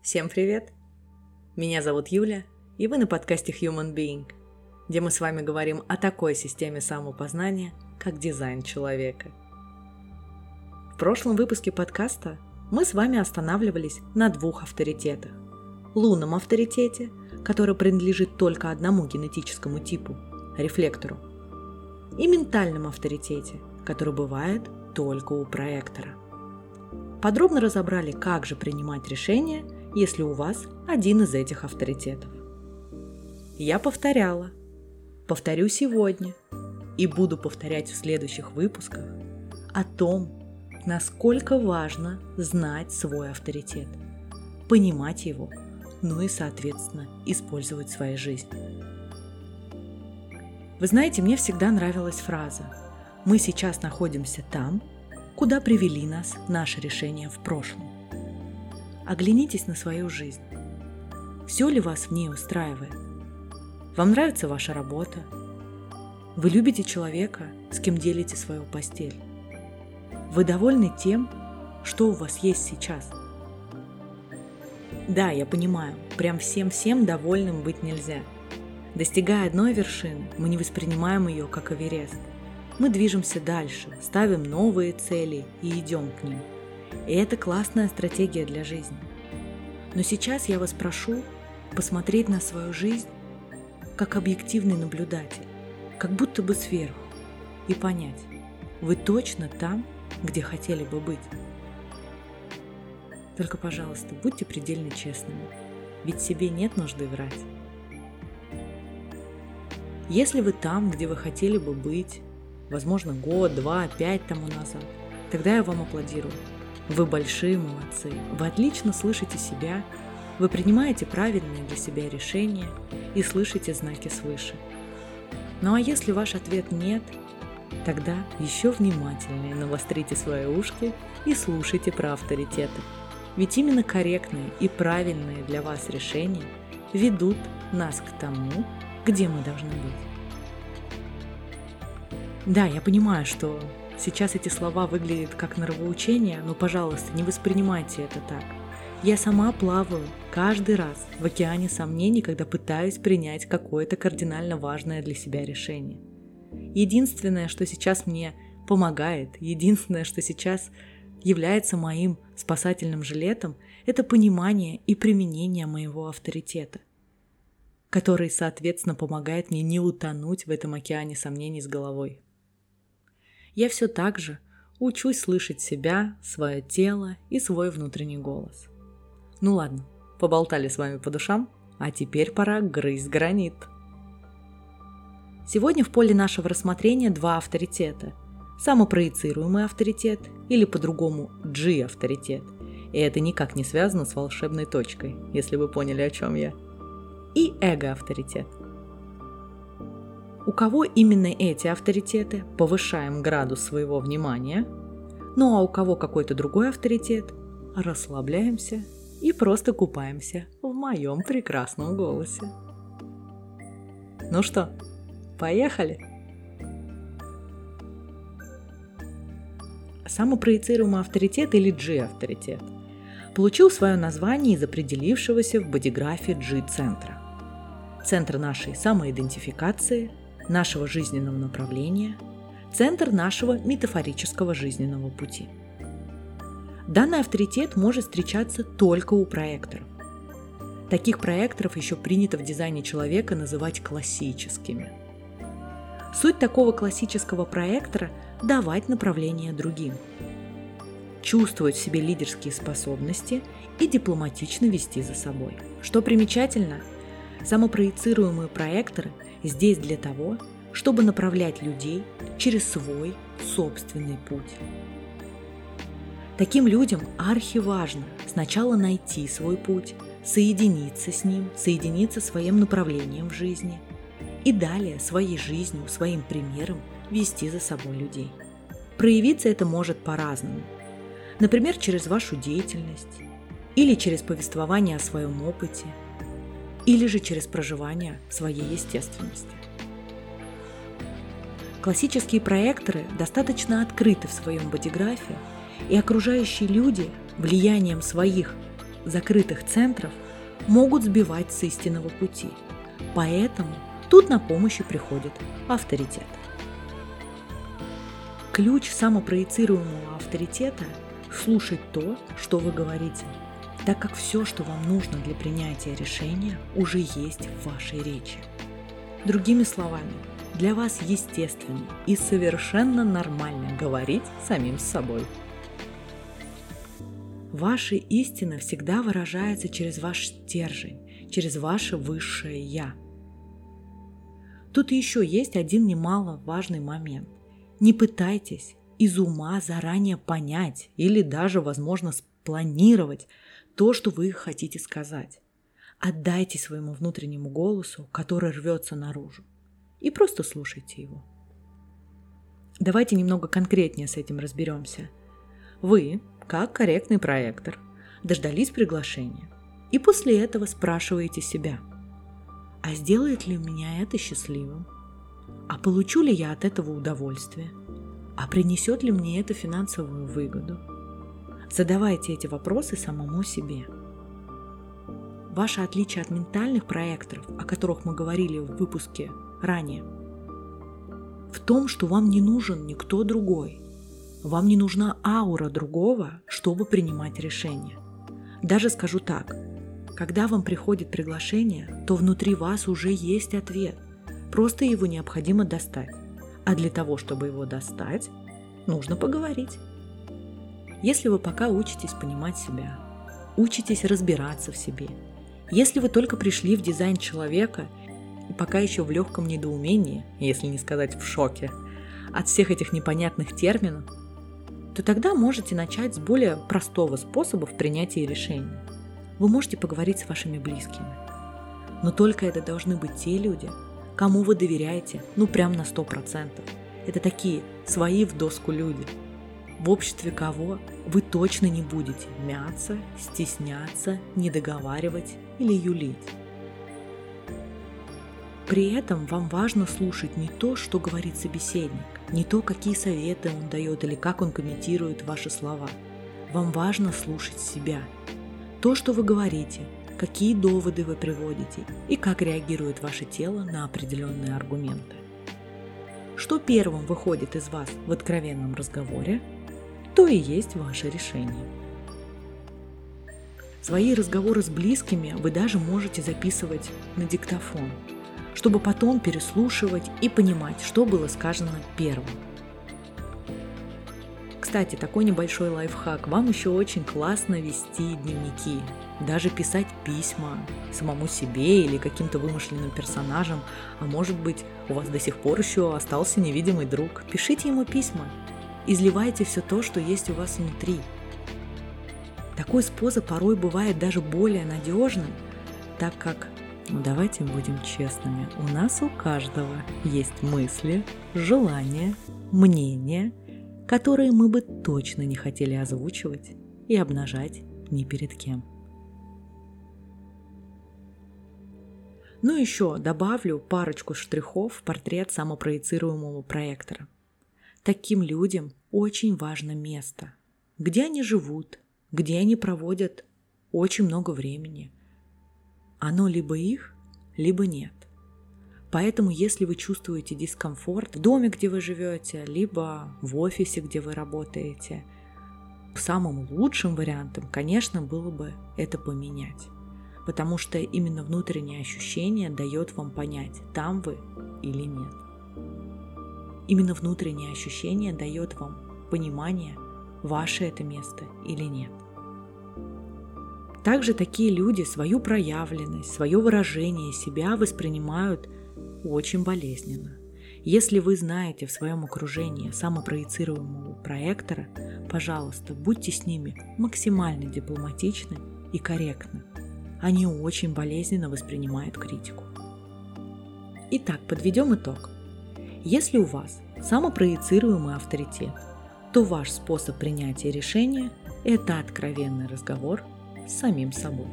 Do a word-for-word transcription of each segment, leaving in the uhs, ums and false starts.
Всем привет! Меня зовут Юля, и вы на подкасте Human Being, где мы с вами говорим о такой системе самопознания, как дизайн человека. В прошлом выпуске подкаста мы с вами останавливались на двух авторитетах. Лунном авторитете, который принадлежит только одному генетическому типу – рефлектору, и ментальном авторитете, который бывает только у проектора. Подробно разобрали, как же принимать решения, если у вас один из этих авторитетов. Я повторяла, повторю сегодня и буду повторять в следующих выпусках о том, насколько важно знать свой авторитет, понимать его, ну и, соответственно, использовать в своей жизни. Вы знаете, мне всегда нравилась фраза «Мы сейчас находимся там, куда привели нас наши решения в прошлом». Оглянитесь на свою жизнь. Все ли вас в ней устраивает? Вам нравится ваша работа? Вы любите человека, с кем делите свою постель? Вы довольны тем, что у вас есть сейчас? Да, я понимаю, прям всем-всем довольным быть нельзя. Достигая одной вершины, мы не воспринимаем ее как Эверест. Мы движемся дальше, ставим новые цели и идем к ним. И это классная стратегия для жизни. Но сейчас я вас прошу посмотреть на свою жизнь как объективный наблюдатель, как будто бы сверху, и понять, вы точно там, где хотели бы быть. Только, пожалуйста, будьте предельно честными, ведь себе нет нужды врать. Если вы там, где вы хотели бы быть, возможно, год, два, пять тому назад, тогда я вам аплодирую. Вы большие молодцы, вы отлично слышите себя, вы принимаете правильные для себя решения и слышите знаки свыше. Ну а если ваш ответ нет, тогда еще внимательнее навострите свои ушки и слушайте про авторитеты. Ведь именно корректные и правильные для вас решения ведут нас к тому, где мы должны быть. Да, я понимаю, что сейчас эти слова выглядят как нравоучение, но, пожалуйста, не воспринимайте это так. Я сама плаваю каждый раз в океане сомнений, когда пытаюсь принять какое-то кардинально важное для себя решение. Единственное, что сейчас мне помогает, единственное, что сейчас является моим спасательным жилетом, это понимание и применение моего авторитета, который, соответственно, помогает мне не утонуть в этом океане сомнений с головой. Я все так же учусь слышать себя, свое тело и свой внутренний голос. Ну ладно, поболтали с вами по душам, а теперь пора грызть гранит. Сегодня в поле нашего рассмотрения два авторитета. Самопроецируемый авторитет или по-другому G-авторитет. И это никак не связано с волшебной точкой, если вы поняли, о чем я. И эго-авторитет. У кого именно эти авторитеты, повышаем градус своего внимания, ну а у кого какой-то другой авторитет, расслабляемся и просто купаемся в моем прекрасном голосе. Ну что, поехали? Самопроецируемый авторитет или G-авторитет получил свое название из определившегося в бодиграфе G-центра. Центр нашей самоидентификации, нашего жизненного направления, центр нашего метафорического жизненного пути. Данный авторитет может встречаться только у проекторов. Таких проекторов еще принято в дизайне человека называть классическими. Суть такого классического проектора – давать направление другим, чувствовать в себе лидерские способности и дипломатично вести за собой. Что примечательно, самопроецируемые проекторы здесь для того, чтобы направлять людей через свой собственный путь. Таким людям архиважно сначала найти свой путь, соединиться с ним, соединиться своим направлением в жизни и далее своей жизнью, своим примером вести за собой людей. Проявиться это может по-разному. Например, через вашу деятельность, или через повествование о своем опыте, или же через проживание своей естественности. Классические проекторы достаточно открыты в своем бодиграфе, и окружающие люди влиянием своих закрытых центров могут сбивать с истинного пути. Поэтому тут на помощь и приходит авторитет. Ключ самопроецируемого авторитета – слушать то, что вы говорите, так как все, что вам нужно для принятия решения, уже есть в вашей речи. Другими словами, для вас естественно и совершенно нормально говорить самим с собой. Ваша истина всегда выражается через ваш стержень, через ваше высшее «я». Тут еще есть один немаловажный момент. Не пытайтесь из ума заранее понять или даже, возможно, спланировать то, что вы хотите сказать. Отдайте своему внутреннему голосу, который рвется наружу, и просто слушайте его. Давайте немного конкретнее с этим разберемся. Вы, как корректный проектор, дождались приглашения, и после этого спрашиваете себя: а сделает ли меня это счастливым? А получу ли я от этого удовольствие? А принесет ли мне это финансовую выгоду? Задавайте эти вопросы самому себе. Ваше отличие от ментальных проекторов, о которых мы говорили в выпуске ранее, в том, что вам не нужен никто другой. Вам не нужна аура другого, чтобы принимать решения. Даже скажу так, когда вам приходит приглашение, то внутри вас уже есть ответ. Просто его необходимо достать. А для того, чтобы его достать, нужно поговорить. Если вы пока учитесь понимать себя, учитесь разбираться в себе, если вы только пришли в дизайн человека и пока еще в легком недоумении, если не сказать в шоке, от всех этих непонятных терминов, то тогда можете начать с более простого способа в принятии решений. Вы можете поговорить с вашими близкими. Но только это должны быть те люди, кому вы доверяете, ну прям на сто процентов. Это такие свои в доску люди, в обществе кого вы точно не будете мяться, стесняться, недоговаривать или юлить. При этом вам важно слушать не то, что говорит собеседник, не то, какие советы он дает или как он комментирует ваши слова. Вам важно слушать себя. То, что вы говорите, какие доводы вы приводите и как реагирует ваше тело на определенные аргументы. Что первым выходит из вас в откровенном разговоре, то и есть ваше решение. Свои разговоры с близкими вы даже можете записывать на диктофон, чтобы потом переслушивать и понимать, что было сказано первым. Кстати, такой небольшой лайфхак. Вам еще очень классно вести дневники, даже писать письма самому себе или каким-то вымышленным персонажам, а может быть, у вас до сих пор еще остался невидимый друг. Пишите ему письма, изливайте все то, что есть у вас внутри. Такой способ порой бывает даже более надежным, так как, ну давайте будем честными, у нас у каждого есть мысли, желания, мнения, которые мы бы точно не хотели озвучивать и обнажать ни перед кем. Ну еще добавлю парочку штрихов в портрет самопроецируемого проектора. Таким людям очень важно место, где они живут, где они проводят очень много времени. Оно либо их, либо нет. Поэтому, если вы чувствуете дискомфорт в доме, где вы живете, либо в офисе, где вы работаете, самым лучшим вариантом, конечно, было бы это поменять. Потому что именно внутреннее ощущение дает вам понять, там вы или нет. Именно внутреннее ощущение дает вам понимание, ваше это место или нет. Также такие люди свою проявленность, свое выражение себя воспринимают очень болезненно. Если вы знаете в своем окружении самопроецируемого проектора, пожалуйста, будьте с ними максимально дипломатичны и корректны. Они очень болезненно воспринимают критику. Итак, подведем итог. Если у вас самопроецируемый авторитет, то ваш способ принятия решения – это откровенный разговор с самим собой.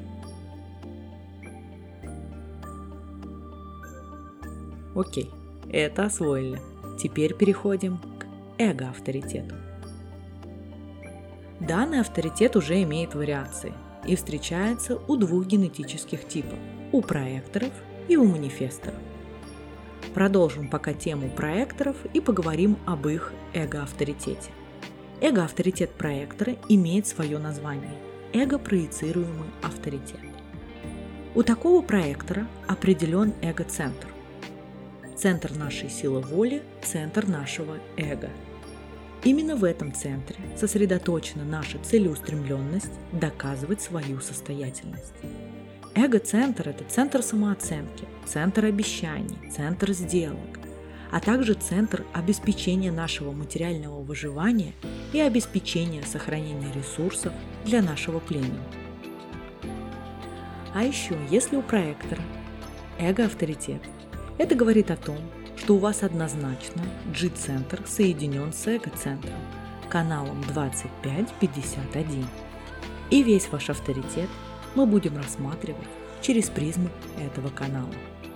Окей, это освоили. Теперь переходим к эго-авторитету. Данный авторитет уже имеет вариации, и встречается у двух генетических типов – у проекторов и у манифесторов. Продолжим пока тему проекторов и поговорим об их эго-авторитете. Эго-авторитет проектора имеет свое название – эго-проецируемый авторитет. У такого проектора определен эго-центр. Центр нашей силы воли – центр нашего эго. Именно в этом центре сосредоточена наша целеустремленность доказывать свою состоятельность. Эго-центр – это центр самооценки, центр обещаний, центр сделок, а также центр обеспечения нашего материального выживания и обеспечения сохранения ресурсов для нашего племени. А еще, если у проектора эго-авторитет, это говорит о том, что у вас однозначно G-центр соединен с эго-центром, каналом двадцать пять пятьдесят один. И весь ваш авторитет мы будем рассматривать через призму этого канала.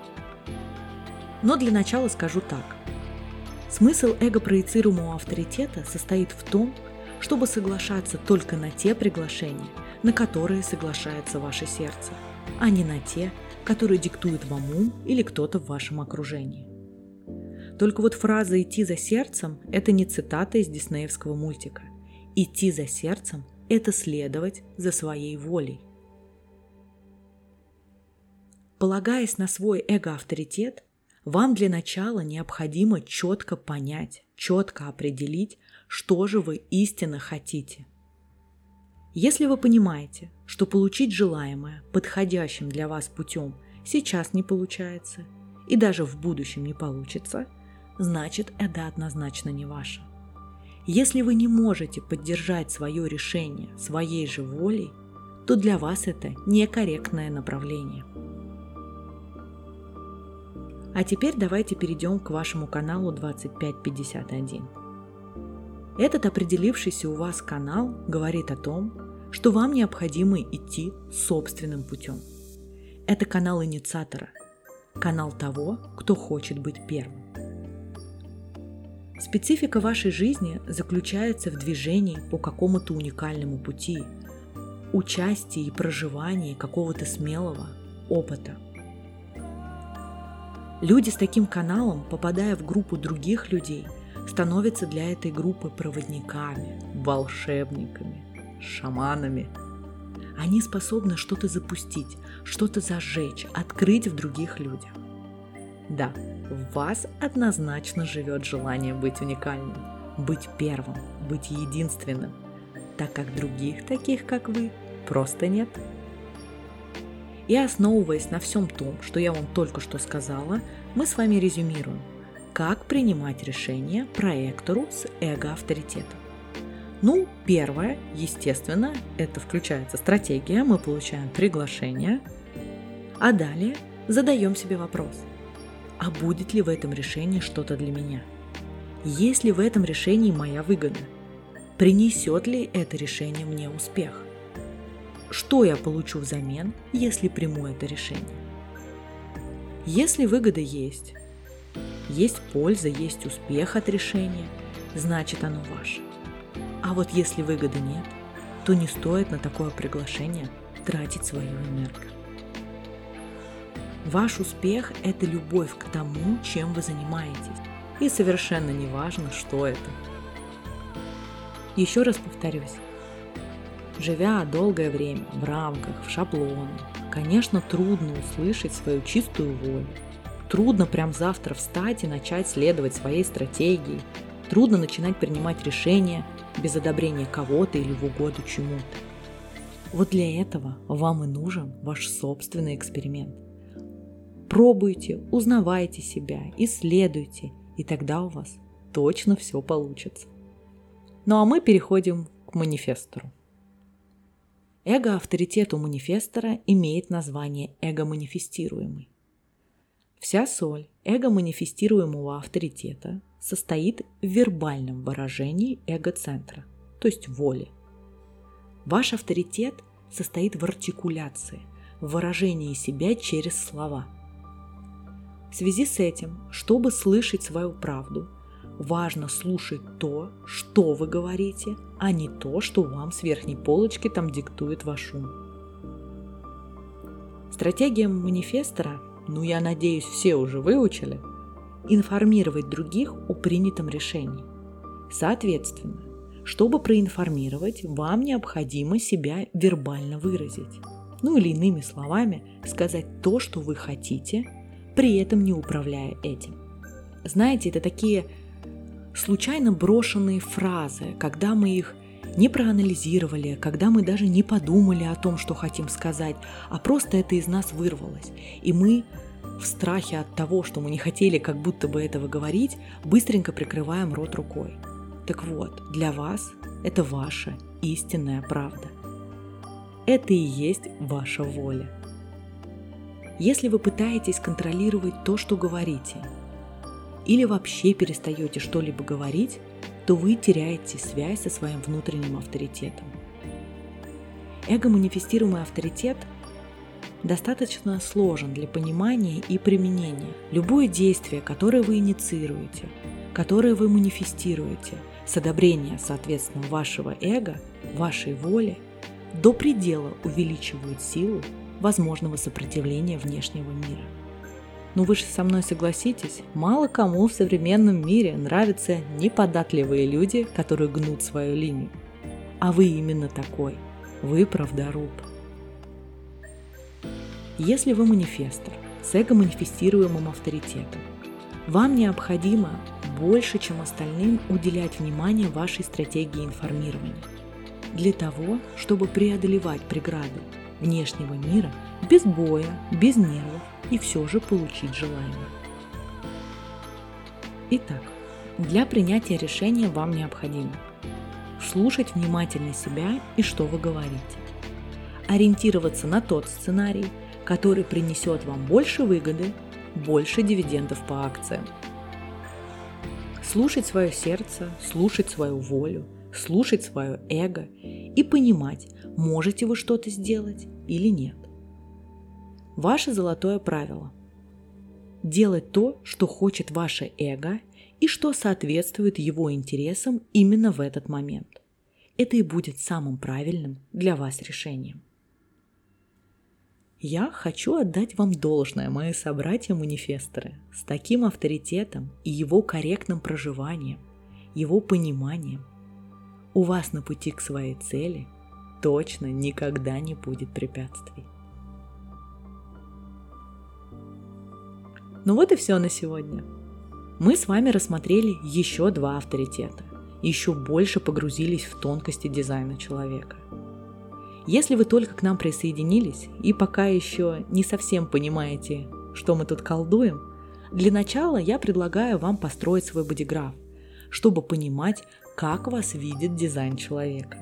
Но для начала скажу так. Смысл эго-проецируемого авторитета состоит в том, чтобы соглашаться только на те приглашения, на которые соглашается ваше сердце, а не на те, которые диктует вам ум или кто-то в вашем окружении. Только вот фраза «идти за сердцем» – это не цитата из диснеевского мультика. Идти за сердцем – это следовать за своей волей. Полагаясь на свой эго-авторитет, вам для начала необходимо четко понять, четко определить, что же вы истинно хотите. Если вы понимаете, что получить желаемое подходящим для вас путем сейчас не получается и даже в будущем не получится, значит, это однозначно не ваше. Если вы не можете поддержать свое решение своей же волей, то для вас это некорректное направление. А теперь давайте перейдем к вашему каналу двадцать пять пятьдесят один. Этот определившийся у вас канал говорит о том, что вам необходимо идти собственным путем. Это канал инициатора, канал того, кто хочет быть первым. Специфика вашей жизни заключается в движении по какому-то уникальному пути, участии и проживании какого-то смелого опыта. Люди с таким каналом, попадая в группу других людей, становятся для этой группы проводниками, волшебниками, шаманами. Они способны что-то запустить, что-то зажечь, открыть в других людях. Да, в вас однозначно живет желание быть уникальным, быть первым, быть единственным, так как других таких, как вы, просто нет. И основываясь на всем том, что я вам только что сказала, мы с вами резюмируем, как принимать решения проектору с эго-авторитетом. Ну, первое, естественно, это включается стратегия, мы получаем приглашение, а далее задаем себе вопрос, а будет ли в этом решении что-то для меня? Есть ли в этом решении моя выгода? Принесет ли это решение мне успех? Что я получу взамен, если приму это решение? Если выгода есть, есть польза, есть успех от решения, значит оно ваше. А вот если выгоды нет, то не стоит на такое приглашение тратить свою энергию. Ваш успех – это любовь к тому, чем вы занимаетесь, и совершенно не важно, что это. Еще раз повторюсь. Живя долгое время в рамках, в шаблонах, конечно, трудно услышать свою чистую волю. Трудно прям завтра встать и начать следовать своей стратегии. Трудно начинать принимать решения без одобрения кого-то или в угоду чему-то. Вот для этого вам и нужен ваш собственный эксперимент. Пробуйте, узнавайте себя, исследуйте, и тогда у вас точно все получится. Ну а мы переходим к манифестору. Эго-авторитет у манифестора имеет название эго-манифестируемый. Вся соль эго-манифестируемого авторитета состоит в вербальном выражении эго-центра, то есть воли. Ваш авторитет состоит в артикуляции, в выражении себя через слова. В связи с этим, чтобы слышать свою правду, важно слушать то, что вы говорите, а не то, что вам с верхней полочки там диктует ваш ум. Стратегия манифестора, ну я надеюсь, все уже выучили, информировать других о принятом решении. Соответственно, чтобы проинформировать, вам необходимо себя вербально выразить. Ну или иными словами, сказать то, что вы хотите, при этом не управляя этим. Знаете, это такие случайно брошенные фразы, когда мы их не проанализировали, когда мы даже не подумали о том, что хотим сказать, а просто это из нас вырвалось. И мы в страхе от того, что мы не хотели как будто бы этого говорить, быстренько прикрываем рот рукой. Так вот, для вас это ваша истинная правда. Это и есть ваша воля. Если вы пытаетесь контролировать то, что говорите, или вообще перестаете что-либо говорить, то вы теряете связь со своим внутренним авторитетом. Эго-манифестируемый авторитет достаточно сложен для понимания и применения. Любое действие, которое вы инициируете, которое вы манифестируете, с одобрения, соответственно, вашего эго, вашей воли, до предела увеличивают силу возможного сопротивления внешнего мира. Но вы же со мной согласитесь, мало кому в современном мире нравятся неподатливые люди, которые гнут свою линию. А вы именно такой. Вы правдоруб. Если вы манифестор с эго-манифестируемым авторитетом, вам необходимо больше, чем остальным, уделять внимание вашей стратегии информирования для того, чтобы преодолевать преграды внешнего мира без боя, без нервов и все же получить желаемое. Итак, для принятия решения вам необходимо слушать внимательно себя и что вы говорите, ориентироваться на тот сценарий, который принесет вам больше выгоды, больше дивидендов по акциям. Слушать свое сердце, слушать свою волю, слушать свое эго и понимать, можете вы что-то сделать или нет. Ваше золотое правило – делать то, что хочет ваше эго и что соответствует его интересам именно в этот момент. Это и будет самым правильным для вас решением. Я хочу отдать вам должное, мои собратья-манифесторы, с таким авторитетом и его корректным проживанием, его пониманием. У вас на пути к своей цели точно никогда не будет препятствий. Ну вот и все на сегодня. Мы с вами рассмотрели еще два авторитета, еще больше погрузились в тонкости дизайна человека. Если вы только к нам присоединились и пока еще не совсем понимаете, что мы тут колдуем, для начала я предлагаю вам построить свой бодиграф, чтобы понимать, как вас видит дизайн человека.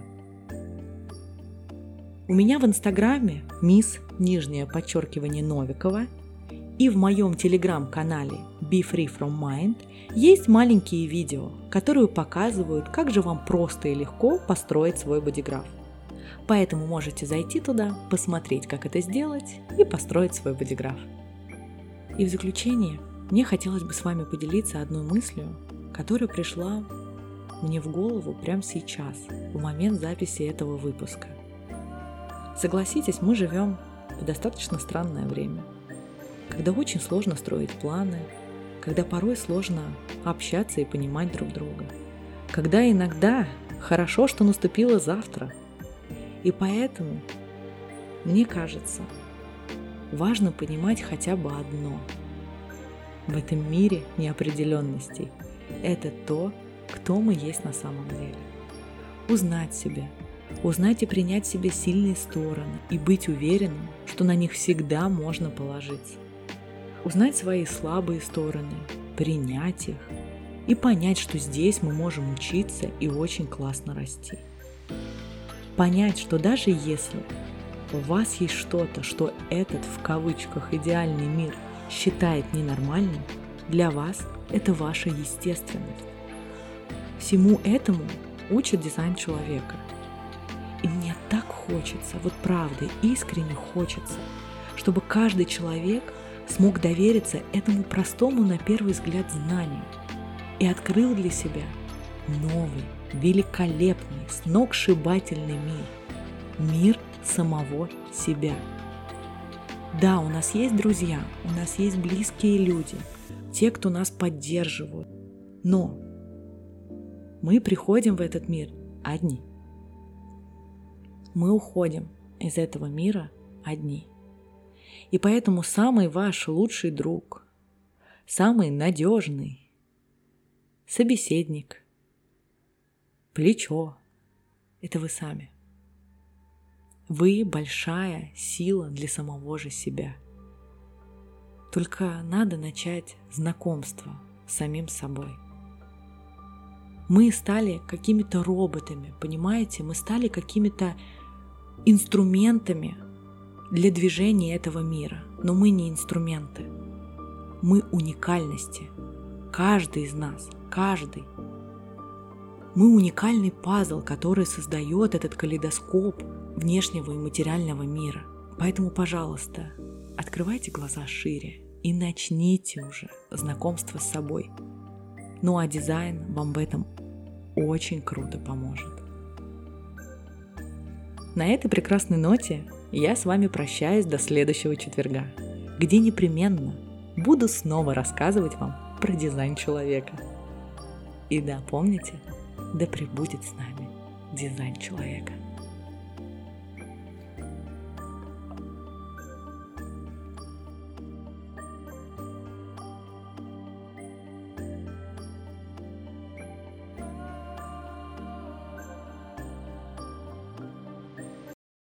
У меня в инстаграме мисс, нижнее подчеркивание, Новикова, и в моем телеграм-канале Be Free From Mind есть маленькие видео, которые показывают, как же вам просто и легко построить свой бодиграф. Поэтому можете зайти туда, посмотреть, как это сделать, и построить свой бодиграф. И в заключение мне хотелось бы с вами поделиться одной мыслью, которая пришла мне в голову прямо сейчас, в момент записи этого выпуска. Согласитесь, мы живем в достаточно странное время, когда очень сложно строить планы, когда порой сложно общаться и понимать друг друга, когда иногда хорошо, что наступило завтра. И поэтому, мне кажется, важно понимать хотя бы одно. В этом мире неопределенностей это то, кто мы есть на самом деле. Узнать себя, узнать и принять в себе сильные стороны и быть уверенным, что на них всегда можно положиться. Узнать свои слабые стороны, принять их и понять, что здесь мы можем учиться и очень классно расти. Понять, что даже если у вас есть что-то, что этот в кавычках идеальный мир считает ненормальным, для вас это ваша естественность. Всему этому учит дизайн человека. И мне так хочется, вот правда, искренне хочется, чтобы каждый человек смог довериться этому простому на первый взгляд знанию и открыл для себя новый, великолепный, сногсшибательный мир. Мир самого себя. Да, у нас есть друзья, у нас есть близкие люди, те, кто нас поддерживают. Но мы приходим в этот мир одни. Мы уходим из этого мира одни. И поэтому самый ваш лучший друг, самый надежный собеседник, плечо – это вы сами. Вы большая сила для самого же себя. Только надо начать знакомство с самим собой. Мы стали какими-то роботами, понимаете? Мы стали какими-то инструментами для движения этого мира. Но мы не инструменты. Мы уникальности. Каждый из нас, каждый. Мы уникальный пазл, который создает этот калейдоскоп внешнего и материального мира. Поэтому, пожалуйста, открывайте глаза шире и начните уже знакомство с собой. Ну а дизайн вам в этом очень круто поможет. На этой прекрасной ноте я с вами прощаюсь до следующего четверга, где непременно буду снова рассказывать вам про дизайн человека. И да, помните, да пребудет с нами дизайн человека.